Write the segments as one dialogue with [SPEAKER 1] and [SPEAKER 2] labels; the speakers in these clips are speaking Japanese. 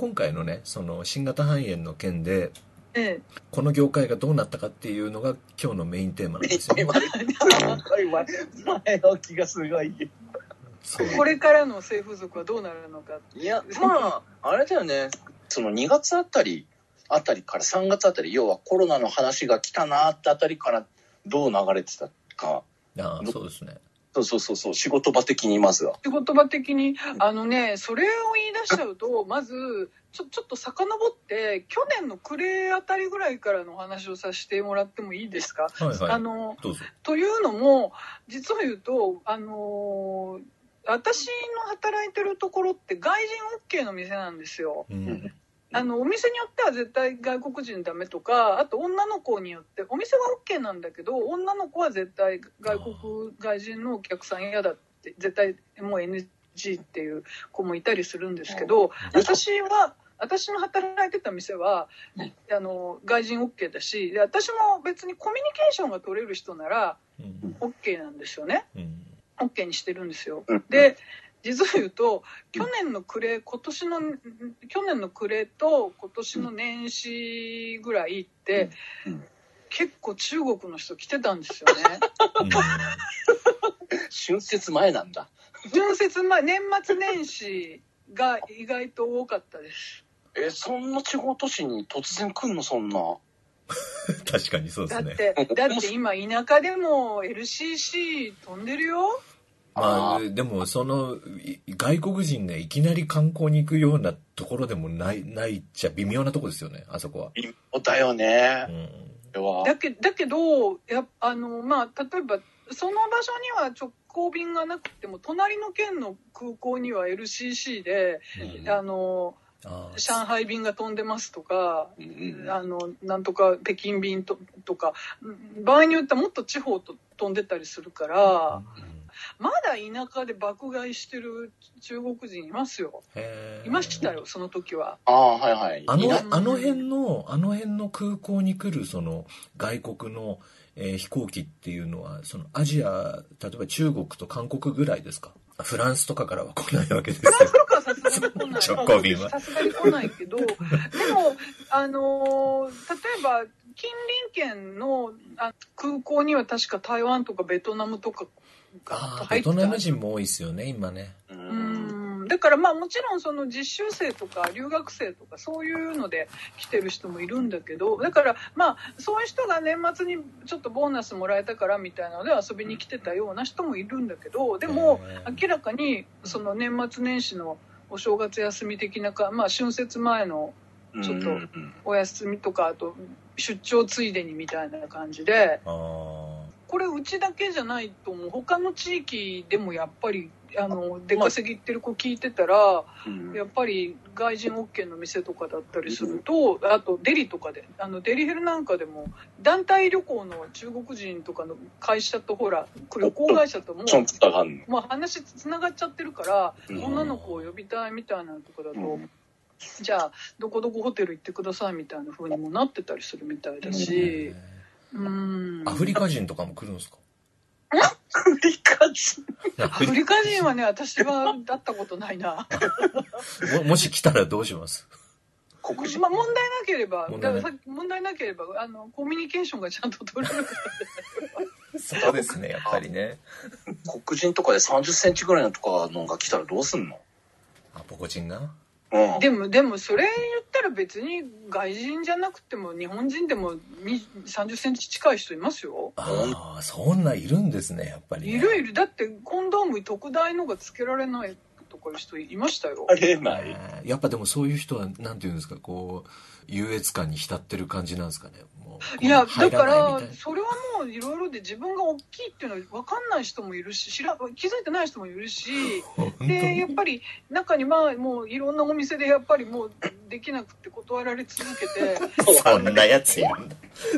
[SPEAKER 1] 今回のね、その新型肺炎の件で、
[SPEAKER 2] こ
[SPEAKER 1] の業界がどうなったかっていうのが今日のメインテーマなんですよね。
[SPEAKER 3] 前の気がすごい。
[SPEAKER 2] これからの性風俗はどうなるのか。
[SPEAKER 3] いや、まあ、あれだよね。その2月あたりから3月あたり、要はコロナの話が来たなってあたりからどう流れてたか。
[SPEAKER 1] そうですね。
[SPEAKER 3] そう、仕事場的にまずは。
[SPEAKER 2] 仕事場的に、それを言い出しちゃうと、まず、ちょっと遡って、去年の暮れあたりぐらいからのお話をさせてもらってもいいですか？
[SPEAKER 1] はいはい。どうぞ。
[SPEAKER 2] というのも、実を言うと、私の働いてるところって外人 OK の店なんですよ。お店によっては絶対外国人ダメとか、あと女の子によってお店は OK なんだけど、女の子は絶対外人のお客さん嫌だって、絶対もう NG っていう子もいたりするんですけど、私の働いてた店は外人 OK だし、私も別にコミュニケーションが取れる人なら OK なんですよね。OK にしてるんですよ。で、実を言うと去年の暮れと今年の年始ぐらいって、結構中国の人来てたんですよね。
[SPEAKER 3] 春節前なんだ。
[SPEAKER 2] 春節前、年末年始が意外と多かったです。
[SPEAKER 3] そんな地方都市に突然来んの？そんな。
[SPEAKER 1] 確かにそうですね。
[SPEAKER 2] だって今田舎でも LCC 飛んでるよ。
[SPEAKER 1] まあ、でも外国人がいきなり観光に行くようなところでもないっちゃ微妙なとこですよね、あそこは。
[SPEAKER 3] 微妙だよね。
[SPEAKER 2] だけどまあ例えばその場所には直行便がなくても隣の県の空港には LCC で、上海便が飛んでますとか、なんとか北京便とか、場合によってはもっと地方と飛んでたりするから、まだ田舎で爆買いしてる中国人いますよ。いましたよ、その時は。
[SPEAKER 3] はいはい。
[SPEAKER 1] あの辺の空港に来るその外国の、飛行機っていうのはそのアジア、例えば中国と韓国ぐらいですか？フランスとかからは来ないわけですよ。
[SPEAKER 2] フランスとかはさすがに来ない。
[SPEAKER 1] 直行便は
[SPEAKER 2] さすがに来ないけど、でも例えば近隣県の空港には確か台湾とかベトナムとかが入ってた。
[SPEAKER 1] ベトナム人も多いですよね今ね。
[SPEAKER 2] だからまあもちろんその実習生とか留学生とかそういうので来てる人もいるんだけど、だからまあそういう人が年末にちょっとボーナスもらえたからみたいなので遊びに来てたような人もいるんだけど、でも明らかにその年末年始のお正月休み的なまあ春節前のちょっとお休みとか、あと出張ついでにみたいな感じで、これうちだけじゃないと思う。他の地域でもやっぱり出稼ぎ行ってる子聞いてたら、やっぱり外人 OK の店とかだったりすると、あとデリとかでデリヘルなんかでも団体旅行の中国人とかの会社とほら旅行会社ともう話つながっちゃってるから、女の子を呼びたいみたいなとかだと、じゃあどこどこホテル行ってくださいみたいな風にもなってたりするみたいだし、
[SPEAKER 1] アフリカ人とかも来るんですか？
[SPEAKER 3] アフ
[SPEAKER 2] リカ人はね、私は会ったことないな。
[SPEAKER 1] もし来たらどうします？
[SPEAKER 2] 問題なければコミュニケーションがちゃんと取れるから
[SPEAKER 1] そうですね、やっぱりね。
[SPEAKER 3] 黒人とかで30センチぐらいのとかのが来たらどうすんの？
[SPEAKER 1] ポコチンが？
[SPEAKER 2] でもそれ言ったら別に外人じゃなくても日本人でも30センチ近い人いますよ。
[SPEAKER 1] そんないるんですね、やっぱり、ね。
[SPEAKER 2] いる。だってコンドーム特大のがつけられないとかいう人いましたよ。
[SPEAKER 3] ありえない。
[SPEAKER 1] やっぱでもそういう人はなんていうんですか、優越感に浸ってる感じなんですかね。
[SPEAKER 2] いやだからそれはもういろいろで自分が大きいっていうのは分かんない人もいるし、気づいてない人もいるし、でやっぱり中にもういろんなお店でやっぱりもうできなくて断られ続けて
[SPEAKER 1] そんなやついるんだ。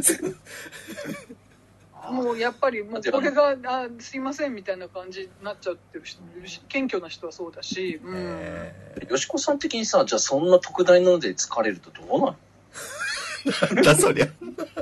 [SPEAKER 2] もうやっぱりもうこれがすいませんみたいな感じになっちゃってる人もいるし、謙虚な人はそうだし、
[SPEAKER 3] よしこさん的にさ、じゃあそんな特大なので疲れるとどうなの？
[SPEAKER 1] なんだそりゃ。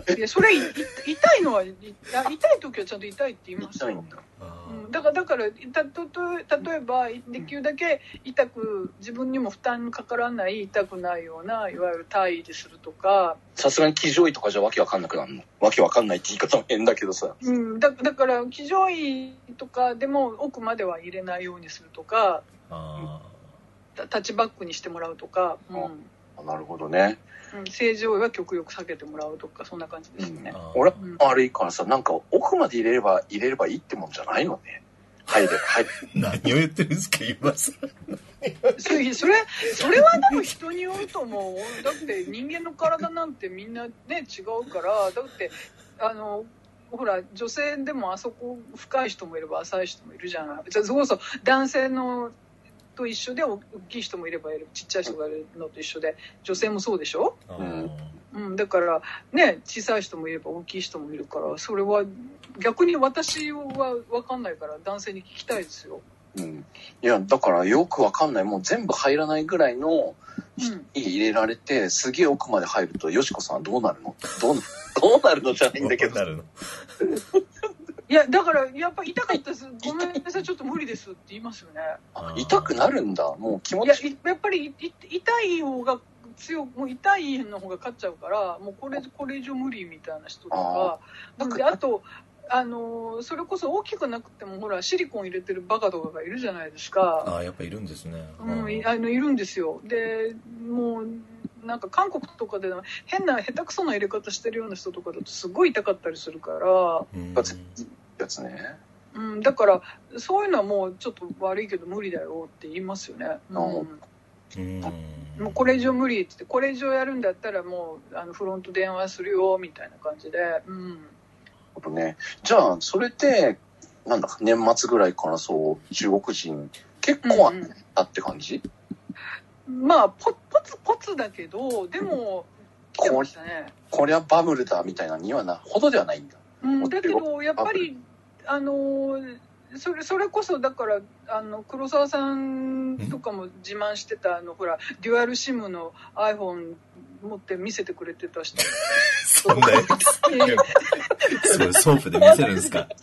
[SPEAKER 2] いや、それ、痛いのは、痛い時はちゃんと痛いって言いますよ。
[SPEAKER 3] 痛いんだ。
[SPEAKER 2] だから例えばできるだけ痛く自分にも負担かからない痛くないようないわゆる体位でするとか、
[SPEAKER 3] さすがに騎乗位とかじゃわけわかんなくなるの。わけわかんないって言い方も変だけどさ。
[SPEAKER 2] だから騎乗位とかでも奥までは入れないようにするとか、タッチバックにしてもらうとか、
[SPEAKER 3] なるほどね。
[SPEAKER 2] 正常位は極力避けてもらうとか、そんな感じですね。
[SPEAKER 3] 俺は悪いからさ、なんか奥まで入れればいいってもんじゃないのね。
[SPEAKER 1] 何を言ってるんですか今さ。
[SPEAKER 2] それはでも人によると思う。だって人間の体なんてみんなね違うから、だってほら女性でもあそこ深い人もいれば浅い人もいるじゃない。じゃあそこそ男性のと一緒で大きい人もいればいる、ちっちゃい人がいるのと一緒で女性もそうでしょ。だからね、小さい人もいれば大きい人もいるから、それは逆に私は分かんないから男性に聞きたいですよ。
[SPEAKER 3] いやだからよく分かんない、もう全部入らないぐらいの入れられて、すげえ奥まで入るとよしこさんはどうなるの？どうなるのじゃないんだけど。どうなるの？
[SPEAKER 2] いやだからやっぱ痛かったです。ごめんなさいちょっと無理ですって言いますよね。
[SPEAKER 3] 痛くなるんだ。もう気持ち。
[SPEAKER 2] やっぱり痛い方がもう痛いの方が勝っちゃうから、もうこれ以上無理みたいな人とか、であとそれこそ大きくなくてもほらシリコン入れてるバカとかがいるじゃないですか。
[SPEAKER 1] やっぱいるんですね。
[SPEAKER 2] いるんですよ。でもうなんか韓国とかで変な下手くそな入れ方してるような人とかだとすごい痛かったりするから。
[SPEAKER 3] やつね。
[SPEAKER 2] だからそういうのはもうちょっと悪いけど無理だよって言いますよね。もうこれ以上無理って言って、これ以上やるんだったらもうフロント電話するよみたいな感じで。
[SPEAKER 3] じゃあそれってなんだか年末ぐらいからそう中国人結構あったって感じ？
[SPEAKER 2] まあポツだけどでも来てましたね。
[SPEAKER 3] こりゃバブルだみたいなにはほどではないんだ。
[SPEAKER 2] だけどやっぱりそれこそだから黒沢さんとかも自慢してたほらデュアルシムの iPhone 持って見せてくれてた人。
[SPEAKER 1] そんなやつ。それソープで見せるんですか？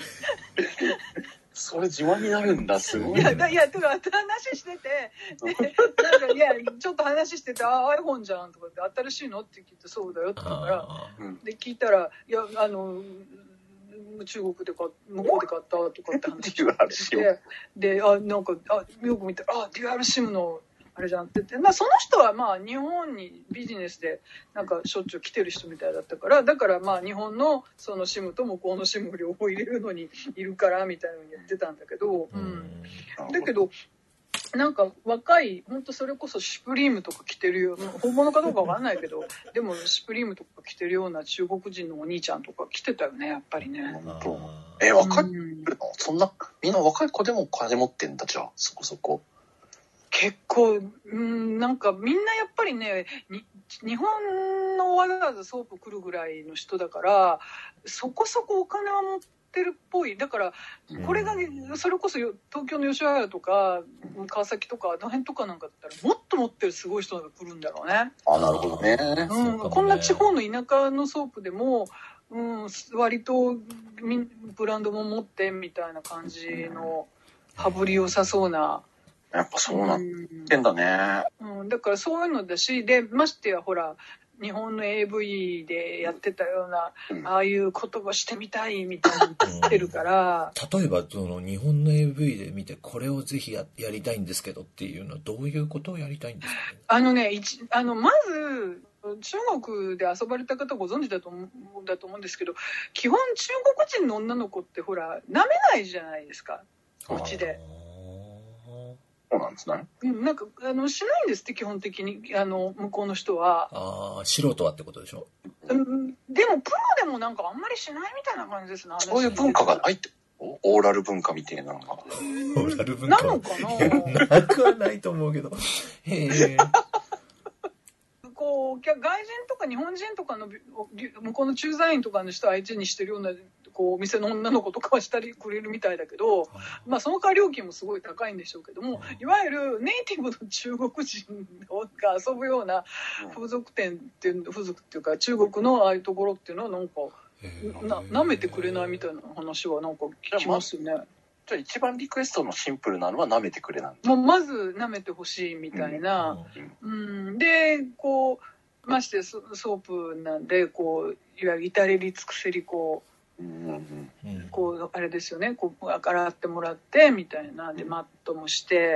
[SPEAKER 3] それ自慢になるんだ。すごい。
[SPEAKER 2] いや話してて、なんかいやちょっと話しててiPhone じゃんとかって新しいのって聞いてそうだよって言うからで聞いたらいや中国で向こうで買ったとかって話してでなんかよく見たらデュアルシムのあれじゃんって言って、その人は日本にビジネスでなんかしょっちゅう来てる人みたいだったから、だから日本のそのシムと向こうのシムを両方入れるのにいるからみたいなのに言ってたんだけど、だけどなんか若い本当それこそシュプリームとか着てるような、本物かどうかわかんないけどでもシュプリームとか着てるような中国人のお兄ちゃんとか来てたよね、やっぱりね。
[SPEAKER 3] 若いそんなみんな若い子でも金持ってんだ。じゃあそこそこ
[SPEAKER 2] 結構なんかみんなやっぱりね日本のわざわざソープ来るぐらいの人だからそこそこお金は持ってるっぽい。だからこれがねそれこそ東京の吉原とか川崎とかあの辺とかなんかだったらもっと持ってるすごい人が来るんだろうね。
[SPEAKER 3] なるほどね。
[SPEAKER 2] こんな地方の田舎のソープでも割とブランドも持ってみたいな感じの羽振り良さそうな。
[SPEAKER 3] やっぱそうなってんだね。
[SPEAKER 2] だからそういうのだし、でましてやほら日本の AV でやってたような、ああいう言葉してみたいみたいなの言ってるから、
[SPEAKER 1] 例えばその日本の AV で見てこれをぜひ やりたいんですけどっていうのはどういうことをやりたいんですかね？
[SPEAKER 2] まず中国で遊ばれた方ご存知だと思うんですけど、基本中国人の女の子ってほら舐めないじゃないですか、うちで。
[SPEAKER 3] そうなんですね。
[SPEAKER 2] なんかしないんですって基本的に向こうの人は。
[SPEAKER 1] 素人はってことでしょ。
[SPEAKER 2] でもプロでもなんかあんまりしないみたいな感じですね。
[SPEAKER 3] そういう文化がないってオーラル文化みたいなのが。
[SPEAKER 1] オーラル文化
[SPEAKER 2] なのかな。
[SPEAKER 1] なくはないと思うけど。
[SPEAKER 2] こう外人とか日本人とかの向こうの駐在員とかの人を相手にしてるようなこうお店の女の子とかはしたりくれるみたいだけど、まあその代わり料金もすごい高いんでしょうけども、いわゆるネイティブの中国人が遊ぶような風俗店っていう風俗っていうか中国のああいうところっていうのはなんか舐めてくれないみたいな話はなんか聞きますよね。
[SPEAKER 3] じゃあ一番リクエストのシンプルなのは舐めてくれなんだ。
[SPEAKER 2] もうまず舐めてほしいみたいな、でこうましてソープなんでこういわゆる至れり尽くせりこう、こうあれですよね、こう洗ってもらってみたいなでマットもして、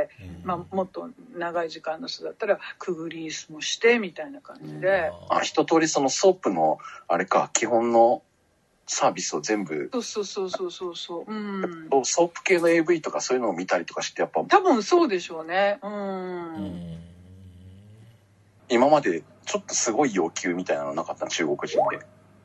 [SPEAKER 2] まあ、もっと長い時間の人だったらクグリースもしてみたいな感じで、
[SPEAKER 3] 一通りそのソープのあれか基本のサービスを全部
[SPEAKER 2] そう、ソ
[SPEAKER 3] ープ系の AV とかそういうのを見たりとかしてやっぱ
[SPEAKER 2] 多分そうでしょうね。
[SPEAKER 3] 今までちょっとすごい要求みたいなのなかったの中国人で。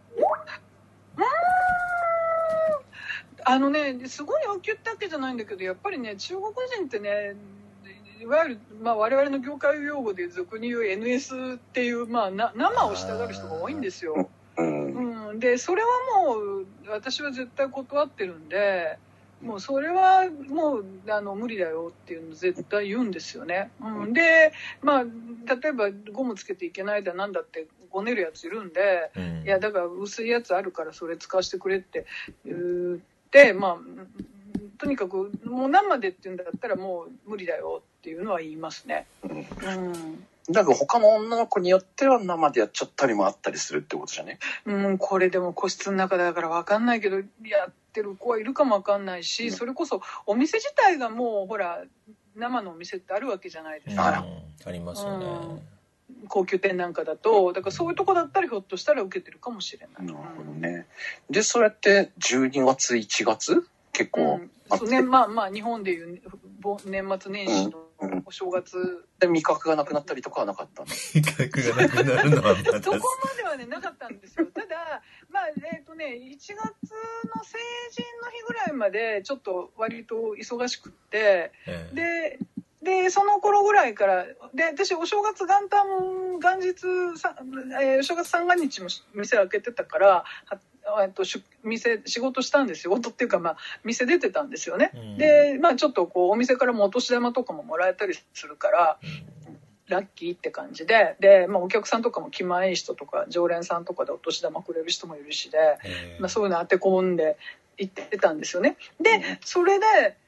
[SPEAKER 2] すごい要求ってわけじゃないんだけどやっぱりね中国人ってねいわゆる、まあ、我々の業界用語で俗に言う NS っていう、まあ、生をしたがる人が多いんですよ。でそれはもう私は絶対断ってるんでもうそれはもう無理だよっていうの絶対言うんですよね。でまあ例えばゴムつけていけないだなんだってごねるやついるんで、いやだから薄いやつあるからそれ使わせてくれって言ってまあとにかくもう生でって言うんだったらもう無理だよっていうのは言いますね。
[SPEAKER 3] だから他の女の子によっては生でやっちゃったりもあったりするってことじゃね。
[SPEAKER 2] これでも個室の中だから分かんないけどやってる子はいるかも分かんないし、それこそお店自体がもうほら生のお店ってあるわけじゃないですか。
[SPEAKER 1] ありますよね。
[SPEAKER 2] 高級店なんかだとだからそういうとこだったらひょっとしたら受けてるかもしれない。
[SPEAKER 3] なるほどね。でそうやって12月1月結構、
[SPEAKER 2] まあ日本でいう年末年始のお正月、
[SPEAKER 3] で味覚がなくなったりとかはなかったの？
[SPEAKER 1] 味覚がなくなるのは
[SPEAKER 2] そこまではねなかったんですよ。ただまあ1月の成人の日ぐらいまでちょっと割と忙しくって、でその頃ぐらいからで私お正月元正月三が日も店開けてたから仕事したんですよ。仕事っていうかまあ店出てたんですよね。でまあちょっとこうお店からもお年玉とかももらえたりするから、ラッキーって感じでまあお客さんとかも気前いい人とか常連さんとかでお年玉くれる人もいるしで、まあそういうの当て込んで行ってたんですよね。でそれで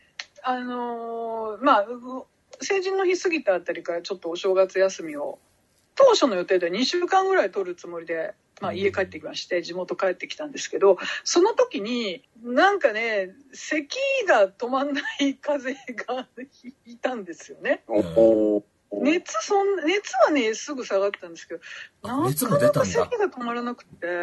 [SPEAKER 2] まあ成人の日過ぎたあたりからちょっとお正月休みを当初の予定で2週間ぐらい取るつもりで、まあ、家帰ってきまして地元帰ってきたんですけど、その時になんかね咳が止まんない風邪がいたんですよね。熱はねすぐ下がったんですけどなかなか咳が止まらなくて、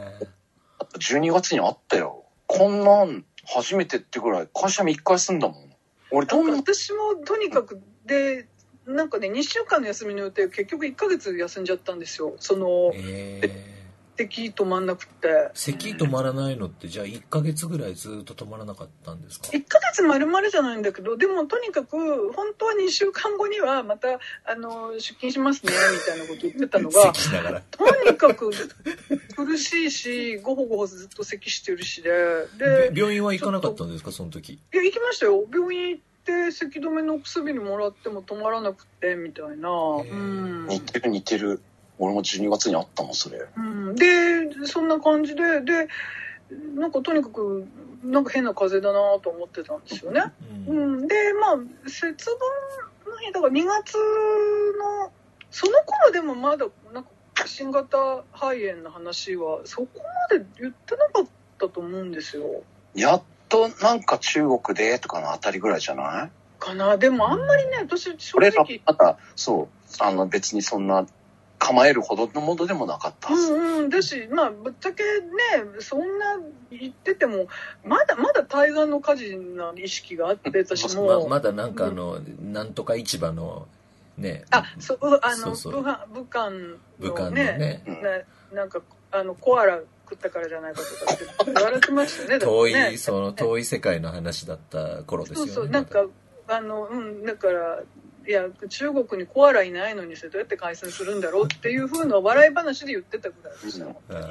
[SPEAKER 3] 12月にあったよ。こんなん初めてってぐらい会社3日休んだもん。
[SPEAKER 2] 私もとにかくでなんかね2週間の休みの予定結局1ヶ月休んじゃったんですよ。咳止まんなくて。
[SPEAKER 1] 咳止まらないのってじゃあ1ヶ月ぐらいずっと止まらなかったんですか
[SPEAKER 2] ？1ヶ月丸々じゃないんだけどでもとにかく本当は2週間後にはまた出勤しますねみたいなこと言ってたのが
[SPEAKER 1] 咳しながら
[SPEAKER 2] とにかく苦しいしごほごほずっと咳してるしで
[SPEAKER 1] 病院は行かなかったんですかその時？
[SPEAKER 2] いや行きましたよ。病院行って咳止めの薬もらっても止まらなくてみたいな。
[SPEAKER 3] 似てる。俺も12月にあったもんそれ。
[SPEAKER 2] でそんな感じでなんかとにかくなんか変な風邪だなと思ってたんですよね。でまあ節分の日だから2月のその頃でもまだなんか新型肺炎の話はそこまで言ってなかったと思うんですよ。
[SPEAKER 3] やっとなんか中国でとかのあたりぐらいじゃない
[SPEAKER 2] かな。でもあんまりね私正
[SPEAKER 3] 直
[SPEAKER 2] 俺ら
[SPEAKER 3] またそう別にそんな構えるほどのものでもなかったはず。
[SPEAKER 2] だしまあぶっちゃけねそんな言っててもまだ対岸の火事な意識があって私も
[SPEAKER 1] まだなんかなんとか市場のね
[SPEAKER 2] 武漢のねなんかコアラ食ったからじゃないかとかって言われてましたね。
[SPEAKER 1] 遠い世界の話だった頃ですよね。
[SPEAKER 2] そうなんかだからいや中国にコアラいないのにどうやって開戦するんだろうっていう風な笑い話で言ってたぐらいでした。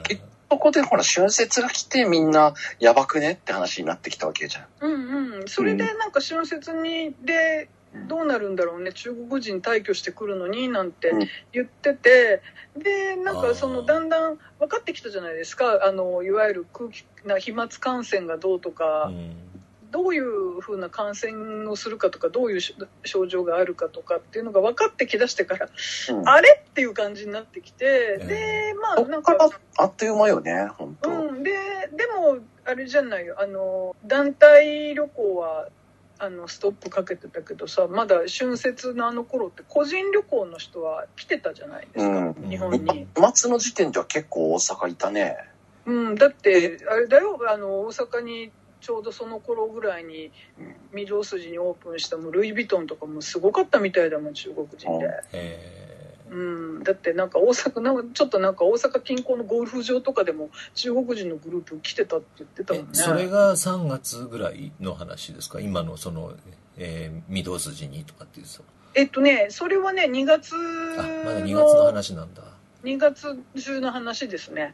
[SPEAKER 3] そこでほら春節が来てみんなやばくねって話になってきたわけじゃん。
[SPEAKER 2] うんうん。それでなんか春節でどうなるんだろうね、中国人退去してくるのになんて言ってて、でなんかそのだんだん分かってきたじゃないですか。いわゆる空気な飛沫感染がどうとか、どういう風な感染をするかとか、どういう症状があるかとかっていうのが分かってきだしてから、あれっていう感じになってきて、でまあなんか
[SPEAKER 3] あっという間よね、本当。
[SPEAKER 2] でもあれじゃないよ、団体旅行はストップかけてたけどさ、まだ春節の頃って個人旅行の人は来てたじゃないですか、日本に。
[SPEAKER 3] 末の時点では結構大阪いたね。
[SPEAKER 2] だってあれだよ、大阪にちょうどその頃ぐらいに御堂筋にオープンしたルイ・ヴィトンとかもすごかったみたいだもん、中国人で。だってなんかちょっとなんか大阪近郊のゴルフ場とかでも中国人のグループ来てたって言ってたもんね。
[SPEAKER 1] それが3月ぐらいの話ですか、今のその、御堂筋にとかっていう
[SPEAKER 2] それはね2月の
[SPEAKER 1] まだ2月の話なんだ。
[SPEAKER 2] 2月中の話ですね。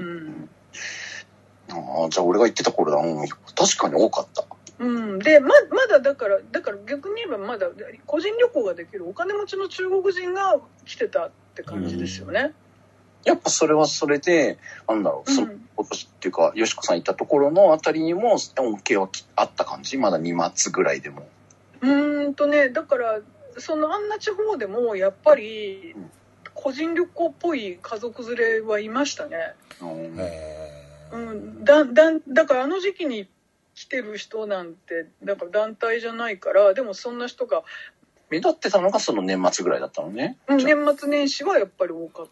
[SPEAKER 3] じゃあ俺が言ってた頃だ。確かに多かった。
[SPEAKER 2] でまだだから逆に言えばまだ個人旅行ができるお金持ちの中国人が来てたって感じですよね。
[SPEAKER 3] やっぱそれはそれでその今年っていうかよしこさん行ったところのあたりにも恩恵はあった感じ。まだ2月ぐらいでも。
[SPEAKER 2] だからあんな地方でもやっぱり個人旅行っぽい家族連れはいましたね。だから時期に来てる人なんてだから団体じゃないから、でもそんな人が
[SPEAKER 3] 目立ってたのがその年末ぐらいだったのね。
[SPEAKER 2] 年末年始はやっぱり多かった。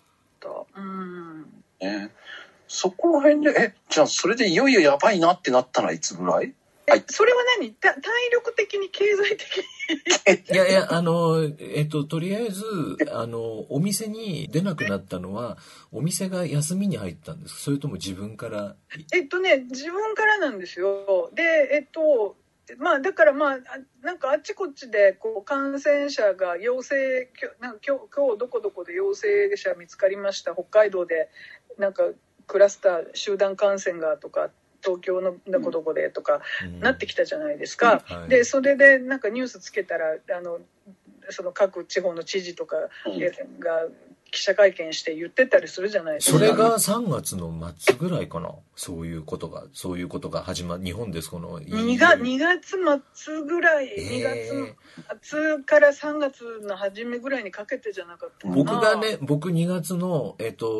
[SPEAKER 3] そこら辺でじゃあそれでいよいよやばいなってなったのはいつぐらい？
[SPEAKER 2] それは体力的に経済的に
[SPEAKER 1] いやとりあえずお店に出なくなったのはお店が休みに入ったんですか、それとも自分から？
[SPEAKER 2] 自分からなんですよ。でだからなんかあっちこっちで感染者が陽性、今日どこどこで陽性者見つかりました、北海道でなんかクラスター集団感染がとか、東京のどこどこでとかなってきたじゃないですか。でそれでなんかニュースつけたらその各地方の知事とかが記者会見して言ってたりするじゃないですか。
[SPEAKER 1] それが3月の末ぐらいかな、そういうことが始まる日本です。この
[SPEAKER 2] 2月末ぐらい、2月末から3月の初めぐらいにかけてじゃなかったかな。
[SPEAKER 1] 僕2月の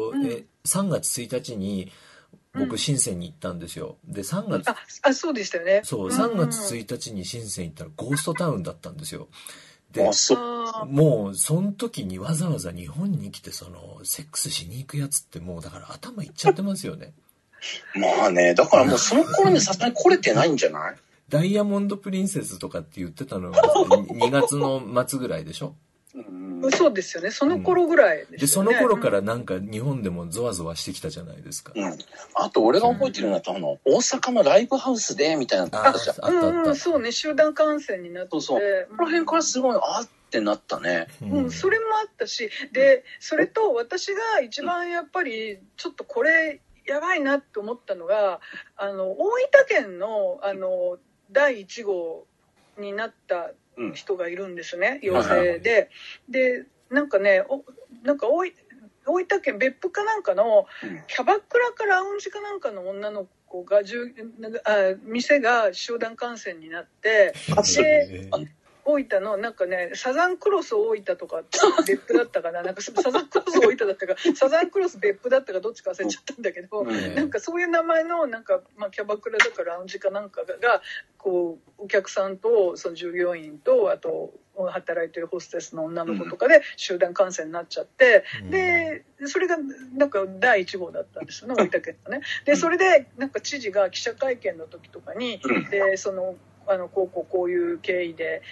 [SPEAKER 1] 3月1日に僕深センに行ったんですよ。で3月
[SPEAKER 2] そうでしたよね。
[SPEAKER 1] そう3月1日に深セン行ったらゴーストタウンだったんですよ。でもうその時にわざわざ日本に来てセックスしに行くやつってもうだから頭いっちゃってますよね。
[SPEAKER 3] まあね、だからもうその頃にさすがに来れてないんじゃない？
[SPEAKER 1] ダイヤモンドプリンセスとかって言ってたのが2月の末ぐらいでしょ。
[SPEAKER 2] そうですよね。その頃ぐらいですよね。
[SPEAKER 1] でその頃からなんか日本でもゾワゾワしてきたじゃないですか。
[SPEAKER 3] あと俺が覚えてるのは大阪のライブハウスでみたいなのあったじゃん。
[SPEAKER 2] そうね、集団感染になって、
[SPEAKER 3] そうこの辺からすごいってなったね。
[SPEAKER 2] それもあったし、でそれと私が一番やっぱりちょっとこれやばいなって思ったのが大分県の第1号になった人がいるんですね、陽性で。でなんかねなんか大分県別府かなんかのキャバクラかラウンジかなんかの女の子が店が集団感染になって、で大分のなんかねサザンクロス大分とか別府だったかな、なんかサザンクロス大分だったかサザンクロス別府だったかどっちか忘れちゃったんだけど、なんかそういう名前のなんかキャバクラだかラウンジかなんかがお客さんとその従業員とあと働いてるホステスの女の子とかで集団感染になっちゃって、でそれがなんか第1号だったんですよね、大分県のね。でそれでなんか知事が記者会見の時とかにでこういう経緯で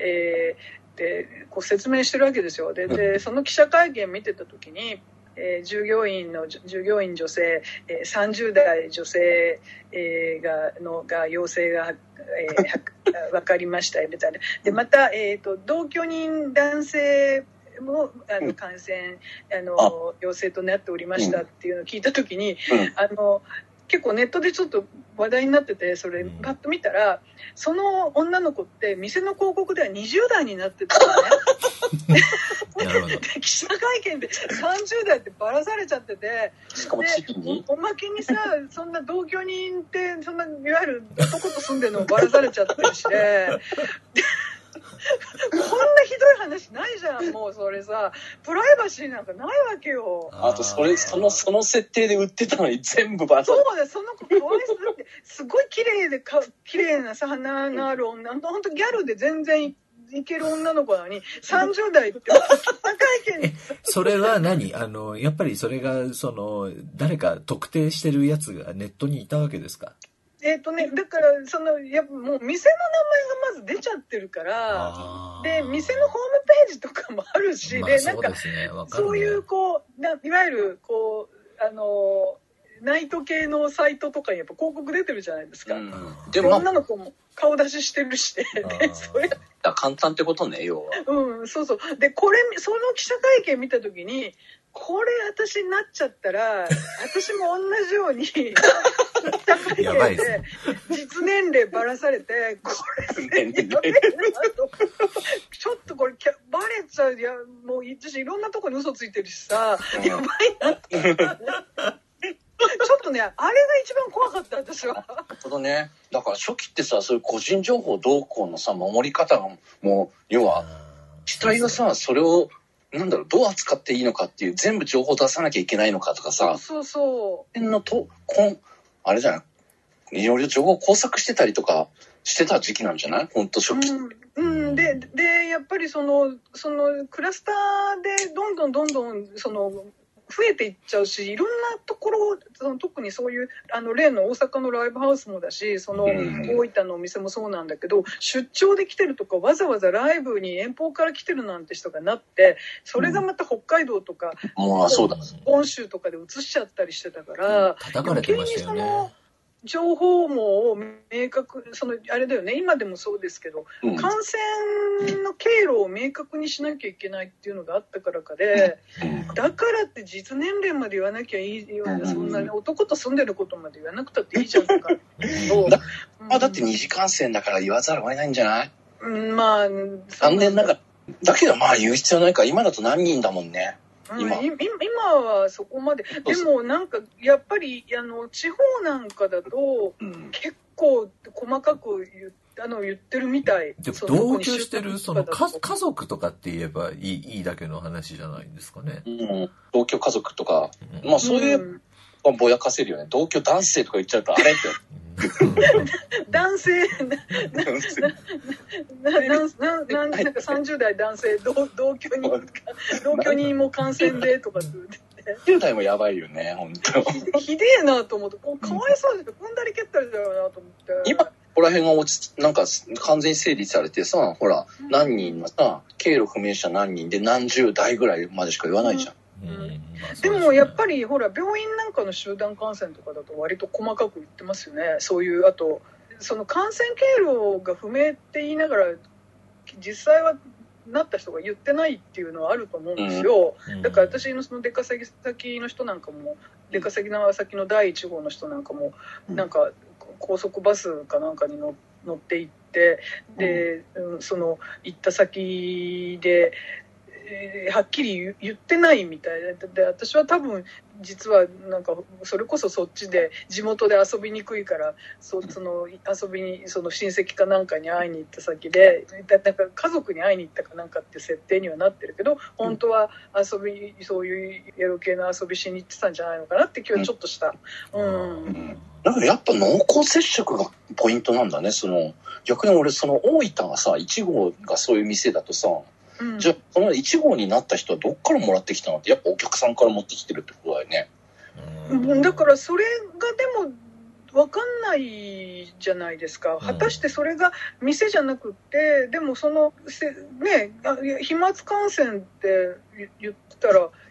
[SPEAKER 2] こう説明してるわけですよ。でその記者会見見てた時に、従業員女性、30代女性、が陽性が、分かりましたみたいな。でまた、同居人男性も感染陽性となっておりましたっていうのを聞いた時に、結構ネットでちょっと話題になってて、それパッと見たら、その女の子って店の広告では20代になってたのね。
[SPEAKER 1] なるほど。
[SPEAKER 2] 記者会見で30代ってバラされちゃってて、
[SPEAKER 3] しかも地域に
[SPEAKER 2] おまけにさ、そんな同居人ってそんないわゆる男と住んでるのもバラされちゃってるしね。こんなひどい話ないじゃん。もうそれさ、プライバシーなんかないわけよ。
[SPEAKER 3] あとその設定で売ってたのに全部バラされ
[SPEAKER 2] そうだよ、その子かわいそうだって、すごい綺麗なさ、花のある女、ほんとギャルで全然いける女の子なのに、30代って記者会見
[SPEAKER 1] それは何やっぱりそれが、誰か特定してるやつがネットにいたわけですか？
[SPEAKER 2] だから、やっぱもう店の名前がまず出ちゃってるから、で、店のホームページとかもあるし、で、なんか、そういう、いわゆる、ナイト系のサイトとかにやっぱ広告出てるじゃないですか。でも、女の子も顔出ししてるし、で、それ。
[SPEAKER 3] 簡単ってことね、要は。
[SPEAKER 2] そうそう。で、その記者会見見たときに、これ私になっちゃったら、私も同じように、
[SPEAKER 1] やばいですね。
[SPEAKER 2] 実年齢ばらされて、これやべえなと。ちょっとこれバレちゃう。いや、もう私いろんなとこに嘘ついてるしさ、やばいなって。ちょっとね、あれが一番怖かった、私は。な
[SPEAKER 3] るほどね。だから初期ってさ、そういう個人情報動向のさ、守り方が、もう、要は、主体がさ、それを、どう扱っていいのかっていう、全部情報出さなきゃいけないのかとかさ、あれじゃない、いろいろ情報工作してたりとかしてた時期なんじゃない？本当初期。
[SPEAKER 2] で、やっぱりそのクラスターでどんどん増えていっちゃうし、いろんなところ、特にそういう例の大阪のライブハウスもだし、大分のお店もそうなんだけど、出張で来てるとかわざわざライブに遠方から来てるなんて人がなって、それがまた北海道とか、本州とかで移しちゃったりしてたから、
[SPEAKER 1] 叩かれてましたよね。
[SPEAKER 2] 情報網を明確、あれだよね、今でもそうですけど、感染の経路を明確にしなきゃいけないっていうのがあったからかで、だからって実年齢まで言わなきゃいいような、そんなに男と住んでることまで言わなくたっていいじゃんとか。
[SPEAKER 3] だって二次感染だから言わざるを得ないんじゃない？
[SPEAKER 2] まあ、
[SPEAKER 3] 残念ながら。だけどまあ言う必要ないから、今だと何人だもんね。
[SPEAKER 2] 今はそこまで。でもなんかやっぱり地方なんかだと結構細かく言ってるみたい。
[SPEAKER 1] でも同居してる家族とかって言えばいいだけの話じゃないんですかね。
[SPEAKER 3] 同居家族とか、まあそういうぼやかせるよね。同居男性とか言っちゃうとあれって。
[SPEAKER 2] 男性なんか30代男性同居人も感染でとかって言って
[SPEAKER 3] 10代もやばいよね、本当。
[SPEAKER 2] ひでえなと思って、かわいそうですよ、踏んだり蹴ったりだよなと思って。
[SPEAKER 3] 今ここら辺がなんか完全に整理されてさ、ほら、何人のさ、経路不明者何人で何十代ぐらいまでしか言わないじゃん。
[SPEAKER 2] でもやっぱりほら病院なんかの集団感染とかだと割と細かく言ってますよね。そういうあと感染経路が不明って言いながら実際はなった人が言ってないっていうのはあると思うんですよ。だから私の出稼ぎ先の人なんかも出稼ぎの先の第1号の人なんかもなんか高速バスかなんかに乗って行ってで行った先で。はっきり言ってないみたいで、私は多分実はなんかそれこそそっちで地元で遊びにくいから遊びに親戚かなんかに会いに行った先でなんか家族に会いに行ったかなんかって設定にはなってるけど、本当はそういうエロ系の遊びしに行ってたんじゃないのかなって今日ちょっとした。
[SPEAKER 3] だからやっぱ濃厚接触がポイントなんだね。逆に俺大分がさ1号がそういう店だとさ。じゃあその1号になった人はどっからもらってきたのって、やっぱお客さんから持ってきてるってことだよね。
[SPEAKER 2] だからそれがでも分かんないじゃないですか。果たしてそれが店じゃなくて、でもね飛沫感染って言ったらやっぱり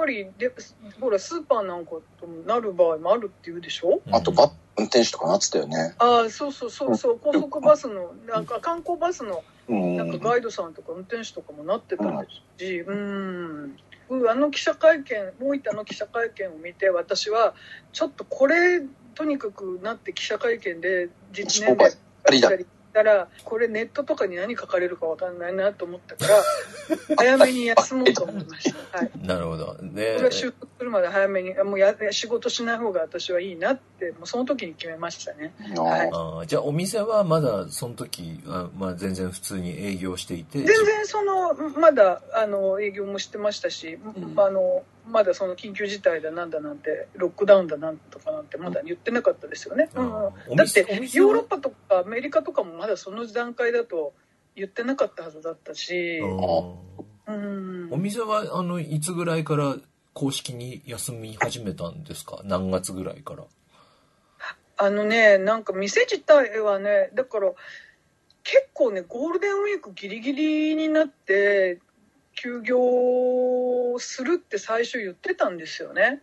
[SPEAKER 2] りでほらスーパーなんかとなる場合もあるっていうでしょ。
[SPEAKER 3] あと運転手とかなってたよね。
[SPEAKER 2] ああ、そう高速バスのなんか観光バスのなんかガイドさんとか運転手とかもなってたですし、あの記者会見、大分の記者会見を見て、私はちょっとこれとにかくなって記者会見で実年齢たらこれネットとかに何書かれるか分かんないなと思ったから早めに休もうと思いました。はい、
[SPEAKER 1] なるほど。
[SPEAKER 2] で、これは就職するまで早めに仕事しない方が私はいいなってもうその時に決めましたね。
[SPEAKER 1] はい、じゃあお店はまだその時は、全然普通に営業していて、
[SPEAKER 2] 全然まだ営業もしてましたし、まだその緊急事態だなんだなんてロックダウンだなんとかなんてまだ言ってなかったですよね。だってヨーロッパとかアメリカとかもまだその段階だと言ってなかったはずだったし、
[SPEAKER 1] お店はいつぐらいから公式に休み始めたんですか？何月ぐらいから？
[SPEAKER 2] なんか店自体はね、だから結構ねゴールデンウィークギリギリになって休業するって最初言ってたんですよね。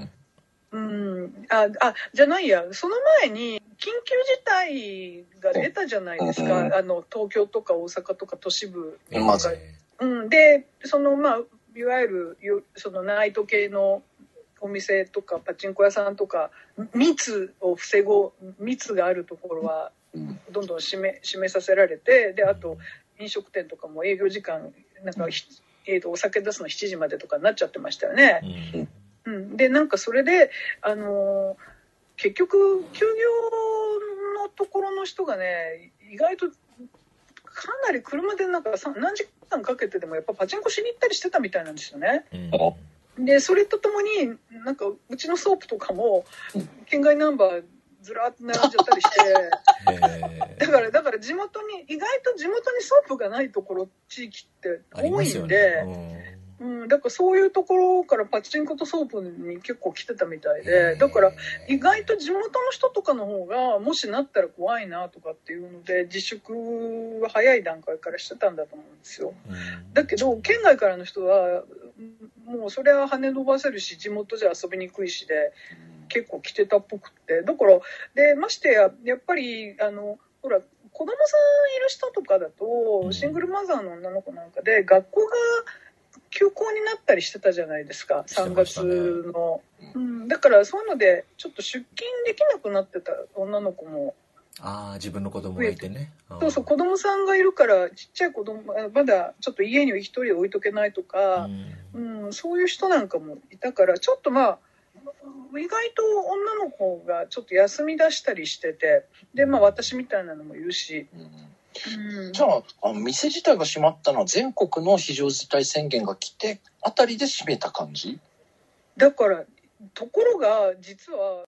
[SPEAKER 2] じゃないや、その前に緊急事態が出たじゃないですか。東京とか大阪とか都市部とか、でいわゆるそのナイト系のお店とかパチンコ屋さんとか密があるところはどんどん閉めさせられて、であと飲食店とかも営業時間なんか、お酒出すの7時までとかになっちゃってましたよね。でなんかそれで結局休業のところの人がね意外とかなり車でなんか何時間かけてでもやっぱパチンコしに行ったりしてたみたいなんですよね。でそれとともになんかうちのソープとかも県外ナンバーずらーっと並んじゃったりしてだから意外と地元にソープがないところ地域って多いんで、だからそういうところからパチンコとソープに結構来てたみたいで、だから意外と地元の人とかの方がもしなったら怖いなとかっていうので自粛は早い段階からしてたんだと思うんですよ。だけど県外からの人はもうそれは跳ね伸ばせるし地元じゃ遊びにくいしで結構来てたっぽくって、だからでましてやっぱりほら子供さんいる人とかだとシングルマザーの女の子なんかで学校が休校になったりしてたじゃないですか、3月の、だからそういうのでちょっっと出勤できなくなってた女の子も
[SPEAKER 1] 自分の子供がいてね。
[SPEAKER 2] そう子供さんがいるからちっちゃい子供まだちょっと家に一人で置いとけないとか、そういう人なんかもいたからちょっと意外と女の子がちょっと休み出したりしてて、で私みたいなのもいるし、
[SPEAKER 3] じゃあ店自体が閉まったのは全国の非常事態宣言が来てあたりで閉めた感じ？
[SPEAKER 2] だからところが実は